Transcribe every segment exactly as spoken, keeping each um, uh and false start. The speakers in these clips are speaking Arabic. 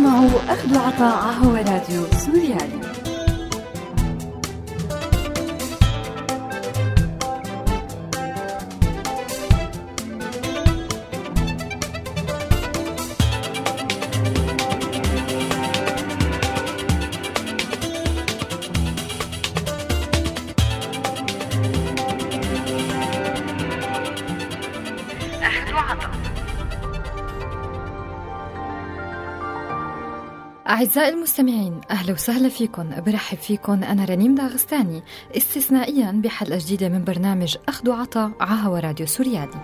تسمعوا أخذ وعطاء على هوا راديو سوريالي. أعزائي المستمعين، أهلا وسهلا فيكم. برحب فيكم أنا رنيم داغستاني استثنائيا بحلقة جديدة من برنامج أخذ وعطاء على هوا راديو سوريالي.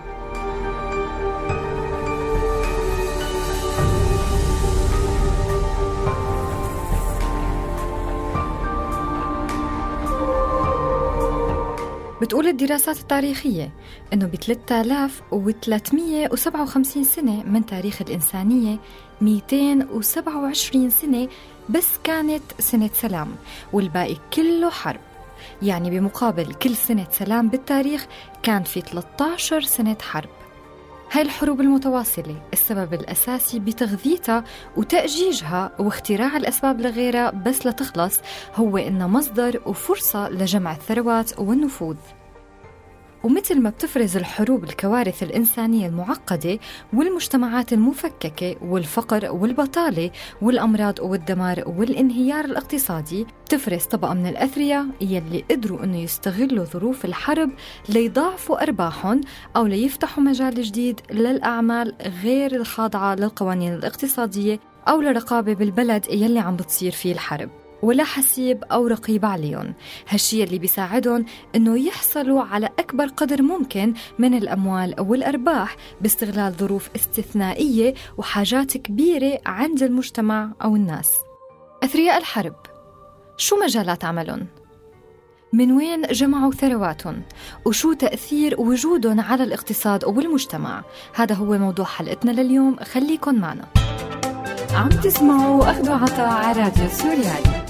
بتقول الدراسات التاريخية أنه ب ثلاثة آلاف وثلاثمئة وسبعة وخمسين سنة من تاريخ الإنسانية مئتين وسبعة وعشرين سنة بس كانت سنة سلام، والباقي كله حرب. يعني بمقابل كل سنة سلام بالتاريخ كان في ثلاثة عشر سنة حرب. هاي الحروب المتواصلة السبب الأساسي بتغذيتها وتأجيجها واختراع الأسباب لغيرها بس لتخلص هو إنها مصدر وفرصة لجمع الثروات والنفوذ. ومثل ما بتفرز الحروب الكوارث الإنسانية المعقدة والمجتمعات المفككة والفقر والبطالة والأمراض والدمار والانهيار الاقتصادي، بتفرز طبقة من الأثرياء يلي قدروا أنه يستغلوا ظروف الحرب ليضاعفوا أرباحهم أو ليفتحوا مجال جديد للأعمال غير الخاضعة للقوانين الاقتصادية أو لرقابة بالبلد يلي عم بتصير فيه الحرب، ولا حسيب أو رقيب عليهم. هالشي اللي بيساعدهم إنه يحصلوا على أكبر قدر ممكن من الأموال والأرباح باستغلال ظروف استثنائية وحاجات كبيرة عند المجتمع أو الناس. أثرياء الحرب شو مجالات عملهم؟ من وين جمعوا ثرواتهم؟ وشو تأثير وجودهم على الاقتصاد والمجتمع؟ هذا هو موضوع حلقتنا لليوم، خليكن معنا. عم تسمعوا أخذ وعطاء على راديو سوريالي.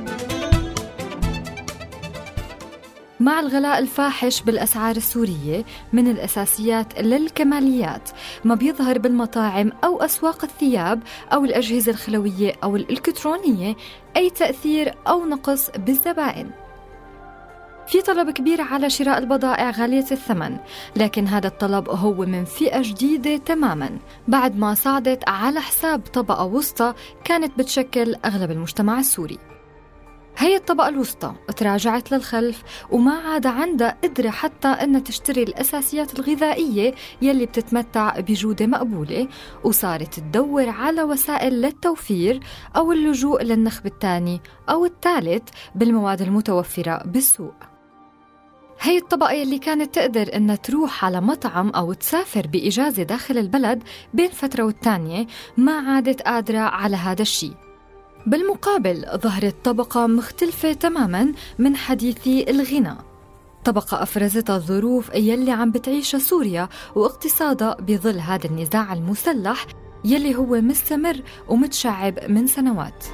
مع الغلاء الفاحش بالأسعار السورية من الأساسيات للكماليات ما بيظهر بالمطاعم أو أسواق الثياب أو الأجهزة الخلوية أو الإلكترونية أي تأثير أو نقص بالزبائن. في طلب كبير على شراء البضائع غالية الثمن، لكن هذا الطلب هو من فئة جديدة تماماً بعد ما صعدت على حساب طبقة وسطى كانت بتشكل أغلب المجتمع السوري. هي الطبقة الوسطى تراجعت للخلف وما عاد عندها قدرة حتى أن تشتري الأساسيات الغذائية يلي بتتمتع بجودة مقبولة، وصارت تدور على وسائل للتوفير أو اللجوء للنخب الثاني أو الثالث بالمواد المتوفرة بالسوق. هي الطبقة يلي كانت تقدر أنها تروح على مطعم أو تسافر بإجازة داخل البلد بين فترة والتانية ما عادت قادرة على هذا الشيء. بالمقابل ظهرت طبقة مختلفة تماماً من حديثي الغنى، طبقة أفرزتها الظروف يلي عم بتعيشها سوريا واقتصادها بظل هذا النزاع المسلح يلي هو مستمر ومتشعب من سنوات.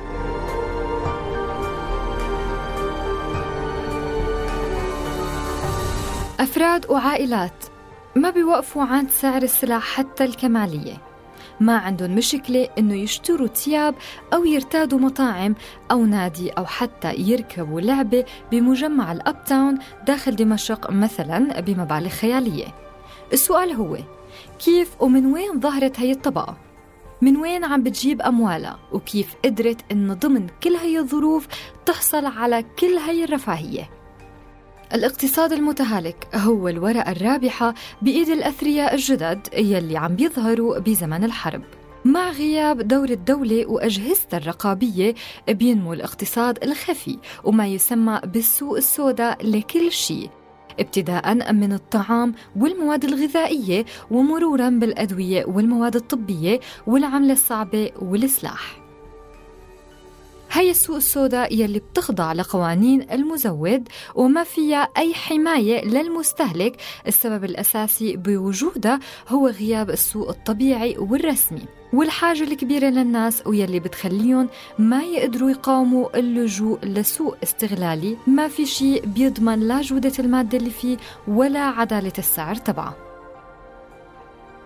أفراد وعائلات ما بيوقفوا عند سعر السلع حتى الكمالية، ما عندهم مشكلة إنه يشتروا تياب أو يرتادوا مطاعم أو نادي أو حتى يركبوا لعبة بمجمع الأب تاون داخل دمشق مثلاً بمبالغ خيالية. السؤال هو كيف ومن وين ظهرت هي الطبقة؟ من وين عم بتجيب أموالها؟ وكيف قدرت إنه ضمن كل هي الظروف تحصل على كل هي الرفاهية؟ الاقتصاد المتهالك هو الورقة الرابحة بإيد الأثرياء الجدد يلي عم بيظهروا بزمن الحرب. مع غياب دور الدولة وأجهزة الرقابية بينمو الاقتصاد الخفي وما يسمى بالسوق السوداء لكل شيء، ابتداء من الطعام والمواد الغذائية ومروراً بالأدوية والمواد الطبية والعملة الصعبة والسلاح. هي السوق السوداء يلي بتخضع لقوانين المزود وما فيها أي حماية للمستهلك. السبب الأساسي بوجودها هو غياب السوق الطبيعي والرسمي والحاجة الكبيرة للناس ويلي بتخليهم ما يقدروا يقاوموا اللجوء لسوق استغلالي ما في شيء بيضمن لا جودة المادة اللي فيه ولا عدالة السعر تبعه.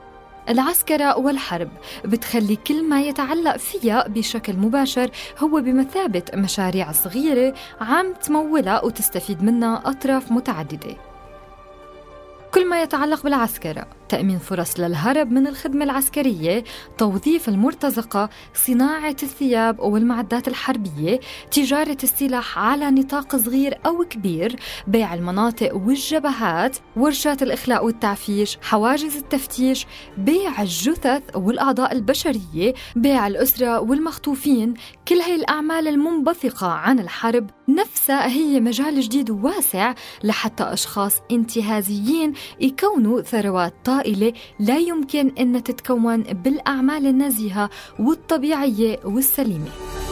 العسكرة والحرب بتخلي كل ما يتعلق فيها بشكل مباشر هو بمثابة مشاريع صغيرة عم تمولها وتستفيد منها أطراف متعددة. كل ما يتعلق بالعسكرة: تأمين فرص للهرب من الخدمة العسكرية، توظيف المرتزقة، صناعة الثياب والمعدات الحربية، تجارة السلاح على نطاق صغير أو كبير، بيع المناطق والجبهات، ورشات الإخلاء والتعفيش، حواجز التفتيش، بيع الجثث والأعضاء البشرية، بيع الأسرة والمخطوفين. كل هاي الأعمال المنبثقة عن الحرب نفسها هي مجال جديد وواسع لحتى أشخاص انتهازيين يكونوا ثروات طائلة لا يمكن أن تتكون بالأعمال النزيهة والطبيعية والسليمة.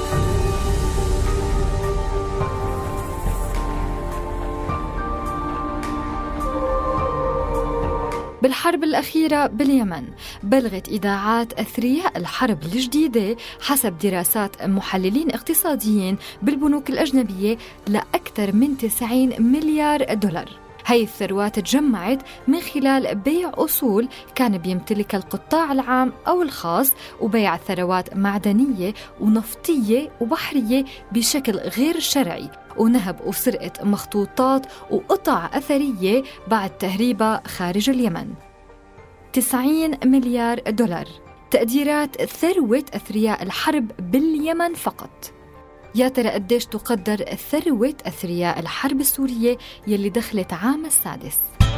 بالحرب الأخيرة باليمن بلغت إيداعات أثرياء الحرب الجديدة حسب دراسات محللين اقتصاديين بالبنوك الأجنبية لأكثر من تسعين مليار دولار. هاي الثروات تجمعت من خلال بيع أصول كان بيمتلكها القطاع العام أو الخاص، وبيع ثروات معدنية ونفطية وبحرية بشكل غير شرعي، ونهب وسرقة مخطوطات وقطع أثرية بعد تهريبها خارج اليمن. تسعين مليار دولار تقديرات ثروة أثرياء الحرب باليمن فقط. يا ترى قديش تقدر ثروة أثرياء الحرب السورية يلي دخلت عام السادس؟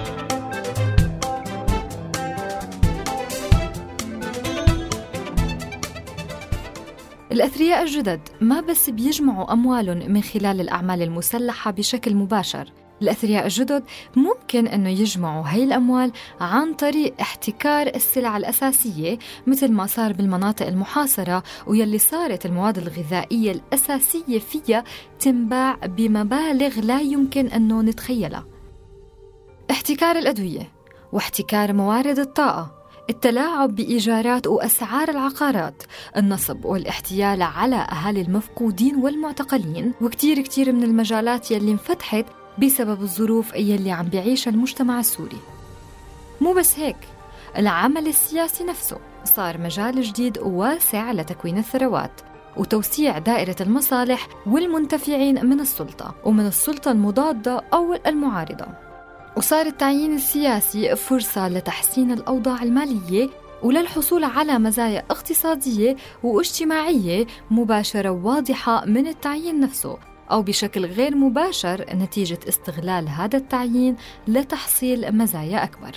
الأثرياء الجدد ما بس بيجمعوا أموالهم من خلال الأعمال المسلحة بشكل مباشر، الأثرياء الجدد ممكن أنه يجمعوا هاي الأموال عن طريق احتكار السلع الأساسية مثل ما صار بالمناطق المحاصرة ويلي صارت المواد الغذائية الأساسية فيها تنباع بمبالغ لا يمكن أنه نتخيلها. احتكار الأدوية واحتكار موارد الطاقة، التلاعب بإيجارات وأسعار العقارات، النصب والاحتيال على أهالي المفقودين والمعتقلين، وكتير كتير من المجالات يلي انفتحت بسبب الظروف يلي عم بيعيشها المجتمع السوري. مو بس هيك، العمل السياسي نفسه صار مجال جديد وواسع لتكوين الثروات وتوسيع دائرة المصالح والمنتفعين من السلطة ومن السلطة المضادة أو المعارضة. وصار التعيين السياسي فرصة لتحسين الأوضاع المالية وللحصول على مزايا اقتصادية واجتماعية مباشرة واضحة من التعيين نفسه، أو بشكل غير مباشر نتيجة استغلال هذا التعيين لتحصيل مزايا أكبر.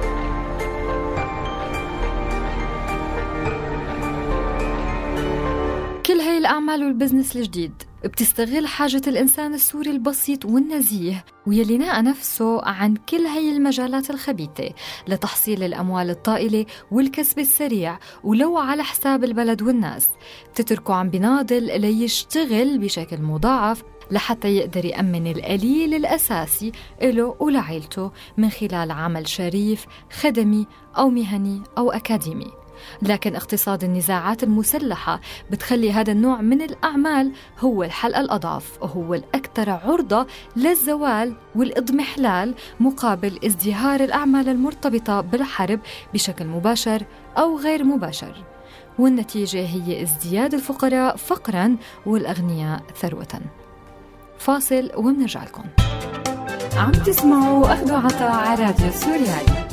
كل هاي الأعمال والبزنس الجديد بتستغل حاجة الإنسان السوري البسيط والنزيه ويلي ناقى نفسه عن كل هاي المجالات الخبيثة لتحصيل الأموال الطائلة والكسب السريع، ولو على حساب البلد والناس بتتركه عم بناضل ليشتغل بشكل مضاعف لحتى يقدر يأمن القليل الأساسي له ولعائلته من خلال عمل شريف خدمي أو مهني أو أكاديمي. لكن اقتصاد النزاعات المسلحة بتخلي هذا النوع من الأعمال هو الحلقة الأضعف وهو الأكثر عرضة للزوال والإضمحلال مقابل ازدهار الأعمال المرتبطة بالحرب بشكل مباشر أو غير مباشر، والنتيجة هي ازدياد الفقراء فقراً والأغنياء ثروة. فاصل ومنرجع لكم. عم تسمعوا أخذ وعطاء على راديو سوريالي.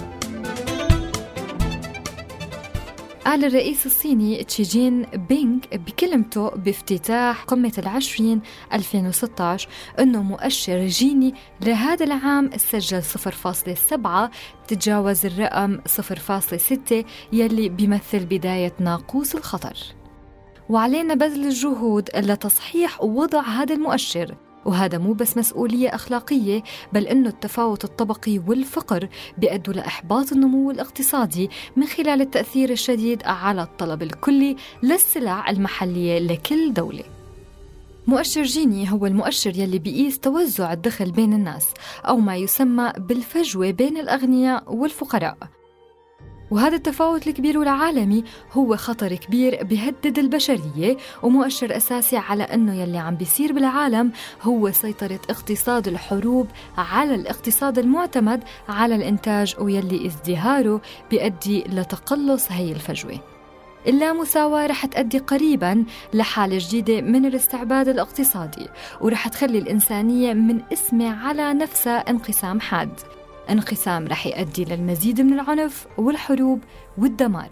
قال الرئيس الصيني تشي جين بينغ بكلمته بافتتاح قمة العشرين ألفين وستة عشر أنه مؤشر جيني لهذا العام سجل صفر فاصلة سبعة تتجاوز الرقم صفر فاصلة ستة يلي بيمثل بداية ناقوس الخطر، وعلينا بذل الجهود لتصحيح ووضع هذا المؤشر. وهذا مو بس مسؤولية أخلاقية، بل أنه التفاوت الطبقي والفقر بيؤدوا لإحباط النمو الاقتصادي من خلال التأثير الشديد على الطلب الكلي للسلع المحلية لكل دولة. مؤشر جيني هو المؤشر يلي بيقيس توزع الدخل بين الناس أو ما يسمى بالفجوة بين الأغنياء والفقراء. وهذا التفاوت الكبير والعالمي هو خطر كبير بيهدد البشرية ومؤشر أساسي على أنه يلي عم بيصير بالعالم هو سيطرة اقتصاد الحروب على الاقتصاد المعتمد على الإنتاج، ويلي ازدهاره بيؤدي لتقلص هي الفجوة. اللامساواة رح تؤدي قريباً لحالة جديدة من الاستعباد الاقتصادي، ورح تخلي الإنسانية من اسمها على نفسها انقسام حاد، انقسام رح يؤدي للمزيد من العنف والحروب والدمار.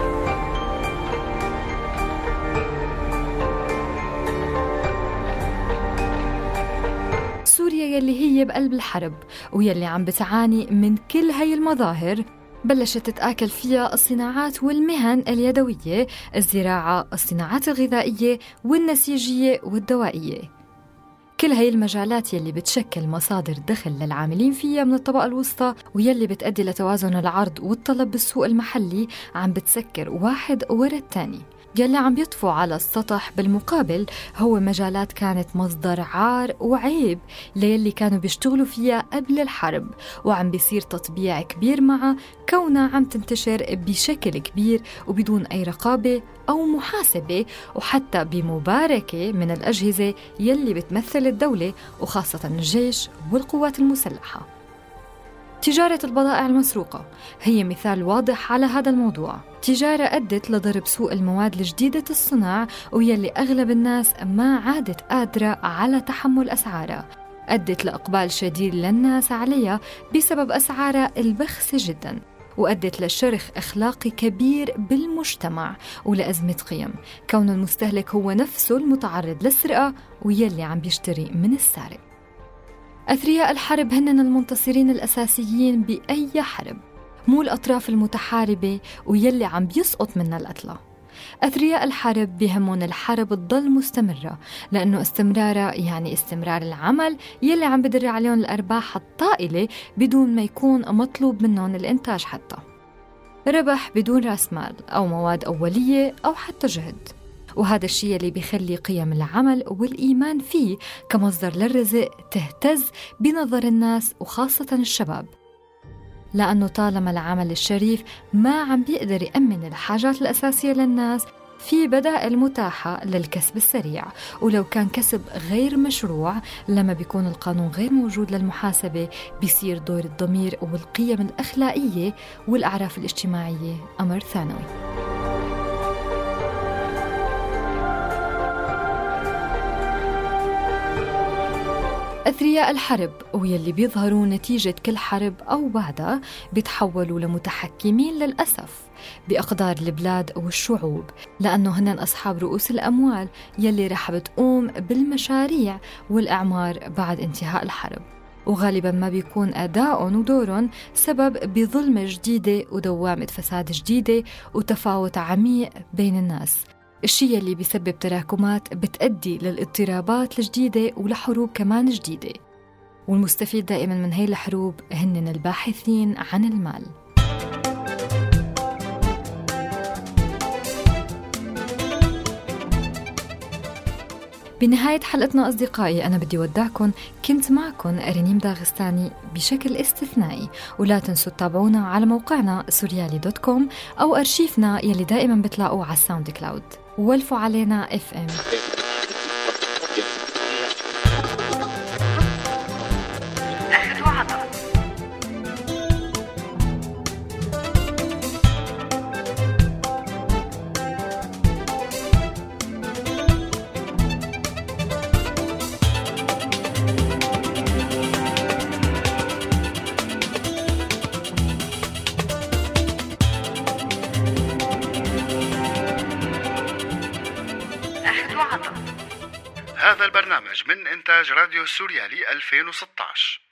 سوريا يلي هي بقلب الحرب ويلي عم بتعاني من كل هاي المظاهر بلشت تتآكل فيها الصناعات والمهن اليدوية، الزراعة، الصناعات الغذائية والنسيجية والدوائية. كل هاي المجالات يلي بتشكل مصادر دخل للعاملين فيها من الطبقة الوسطى ويلي بتأدي لتوازن العرض والطلب بالسوق المحلي عم بتسكر واحد ورا الثاني. يلي عم يطفو على السطح بالمقابل هو مجالات كانت مصدر عار وعيب ليلي كانوا بيشتغلوا فيها قبل الحرب، وعم بيصير تطبيع كبير معها كونها عم تنتشر بشكل كبير وبدون أي رقابة أو محاسبة، وحتى بمباركة من الأجهزة يلي بتمثل الدولة وخاصة الجيش والقوات المسلحة. تجارة البضائع المسروقة هي مثال واضح على هذا الموضوع. تجارة أدت لضرب سوق المواد الجديدة الصناع ويلي أغلب الناس ما عادت قادرة على تحمل أسعارها، أدت لإقبال شديد للناس عليها بسبب أسعارها البخسة جداً، وأدت لشرخ أخلاقي كبير بالمجتمع ولأزمة قيم، كون المستهلك هو نفسه المتعرض للسرقة ويلي عم بيشتري من السارق. أثرياء الحرب هن المنتصرين الأساسيين بأي حرب، مو الأطراف المتحاربة ويلي عم بيسقط منها القتلى. أثرياء الحرب بيهمون الحرب تضل مستمرة، لأنه استمرارها يعني استمرار العمل يلي عم بدر عليهم الأرباح الطائلة بدون ما يكون مطلوب منهم الإنتاج، حتى ربح بدون رأس مال أو مواد أولية أو حتى جهد. وهذا الشيء اللي بيخلي قيم العمل والإيمان فيه كمصدر للرزق تهتز بنظر الناس وخاصة الشباب، لأنه طالما العمل الشريف ما عم بيقدر يأمن الحاجات الأساسية للناس، في بدائل متاحة للكسب السريع. ولو كان كسب غير مشروع لما بيكون القانون غير موجود للمحاسبة، بيصير دور الضمير والقيم الأخلاقية والأعراف الاجتماعية أمر ثانوي. أثرياء الحرب ويلي بيظهروا نتيجة كل حرب أو بعدها بيتحولوا لمتحكمين للأسف بأقدار البلاد والشعوب، لأنه هن أصحاب رؤوس الأموال يلي رح بتقوم بالمشاريع والإعمار بعد انتهاء الحرب، وغالباً ما بيكون أداؤهم ودورهم سبب بظلمة جديدة ودوامة فساد جديدة وتفاوت عميق بين الناس، الشيء اللي بيسبب تراكمات بتأدي للاضطرابات الجديدة ولحروب كمان جديدة. والمستفيد دائما من هاي الحروب هن الباحثين عن المال. بنهاية حلقتنا أصدقائي أنا بدي ودعكم، كنت معكم رنيم داغستاني بشكل استثنائي، ولا تنسوا تتابعونا على موقعنا سوريالي دوت كوم أو أرشيفنا يلي دائما بتلاقوه على الساوند كلاود، وولفوا علينا اف ام. هذا البرنامج من إنتاج راديو سوريالي ألفين وستة عشر.